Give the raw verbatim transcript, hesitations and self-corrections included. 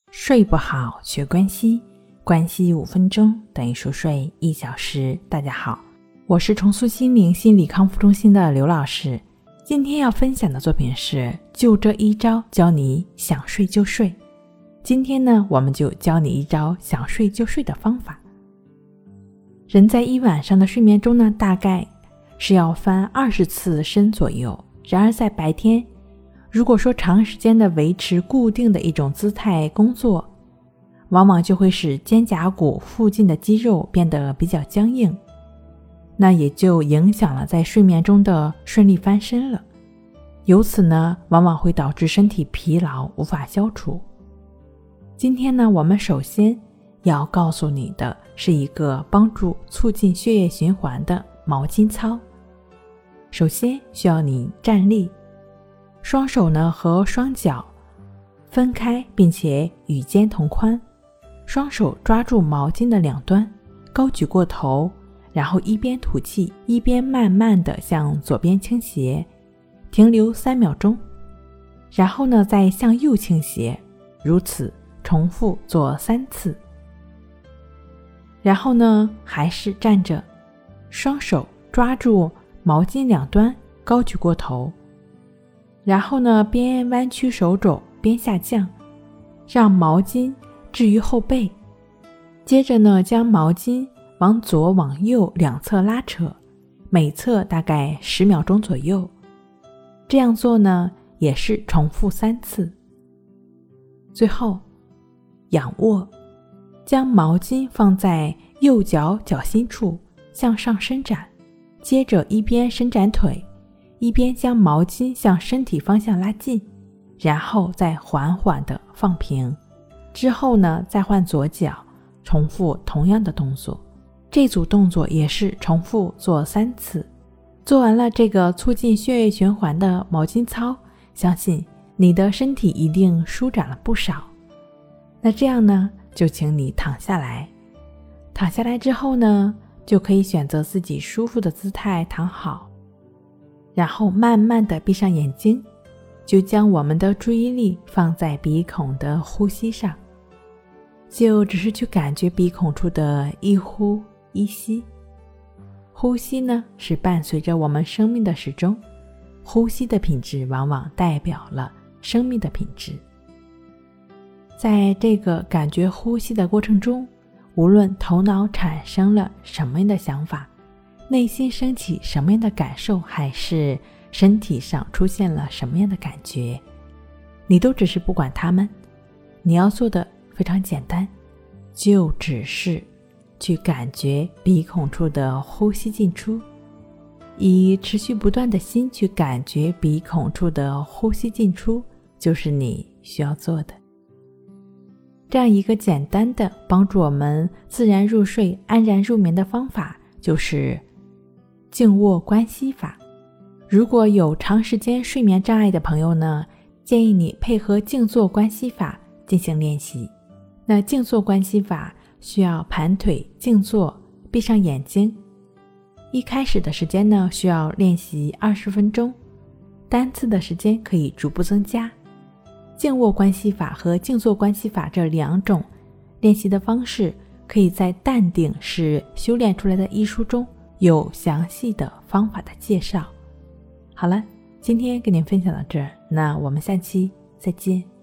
睡不好学关西，关西五分钟等于熟睡一小时。大家好，我是重塑心灵心理康复中心的刘老师。今天要分享的作品是就这一招教你想睡就睡。今天呢，我们就教你一招想睡就睡的方法。人在一晚上的睡眠中呢，大概是要翻二十次身左右。然而在白天，如果说长时间的维持固定的一种姿态工作，往往就会使肩胛骨附近的肌肉变得比较僵硬，那也就影响了在睡眠中的顺利翻身了。由此呢，往往会导致身体疲劳无法消除。今天呢，我们首先要告诉你的是一个帮助促进血液循环的毛巾操。首先需要你站立，双手呢和双脚分开，并且与肩同宽，双手抓住毛巾的两端，高举过头，然后一边吐气，一边慢慢地向左边倾斜，停留三秒钟，然后呢再向右倾斜，如此重复做三次。然后呢还是站着，双手抓住毛巾两端，高举过头，然后呢边弯曲手肘边下降，让毛巾置于后背。接着呢将毛巾往左往右两侧拉扯，每侧大概十秒钟左右。这样做呢也是重复三次。最后仰卧，将毛巾放在右脚脚心处向上伸展，接着一边伸展腿，一边将毛巾向身体方向拉近，然后再缓缓地放平。之后呢再换左脚，重复同样的动作。这组动作也是重复做三次。做完了这个促进血液循环的毛巾操，相信你的身体一定舒展了不少。那这样呢，就请你躺下来。躺下来之后呢，就可以选择自己舒服的姿态躺好，然后慢慢地闭上眼睛，就将我们的注意力放在鼻孔的呼吸上，就只是去感觉鼻孔处的一呼一吸。呼吸呢，是伴随着我们生命的时钟，呼吸的品质往往代表了生命的品质。在这个感觉呼吸的过程中，无论头脑产生了什么样的想法，内心升起什么样的感受，还是身体上出现了什么样的感觉，你都只是不管它们。你要做的非常简单，就只是去感觉鼻孔处的呼吸进出，以持续不断的心去感觉鼻孔处的呼吸进出，就是你需要做的。这样一个简单的帮助我们自然入睡安然入眠的方法，就是静卧关系法。如果有长时间睡眠障碍的朋友呢，建议你配合静坐关系法进行练习。那静坐关系法需要盘腿静坐，闭上眼睛。一开始的时间呢，需要练习二十分钟，单次的时间可以逐步增加。静卧关系法和静坐关系法这两种练习的方式，可以在《淡定是修炼出来的》一书中有详细的方法的介绍。好了，今天跟您分享到这儿，那我们下期再见。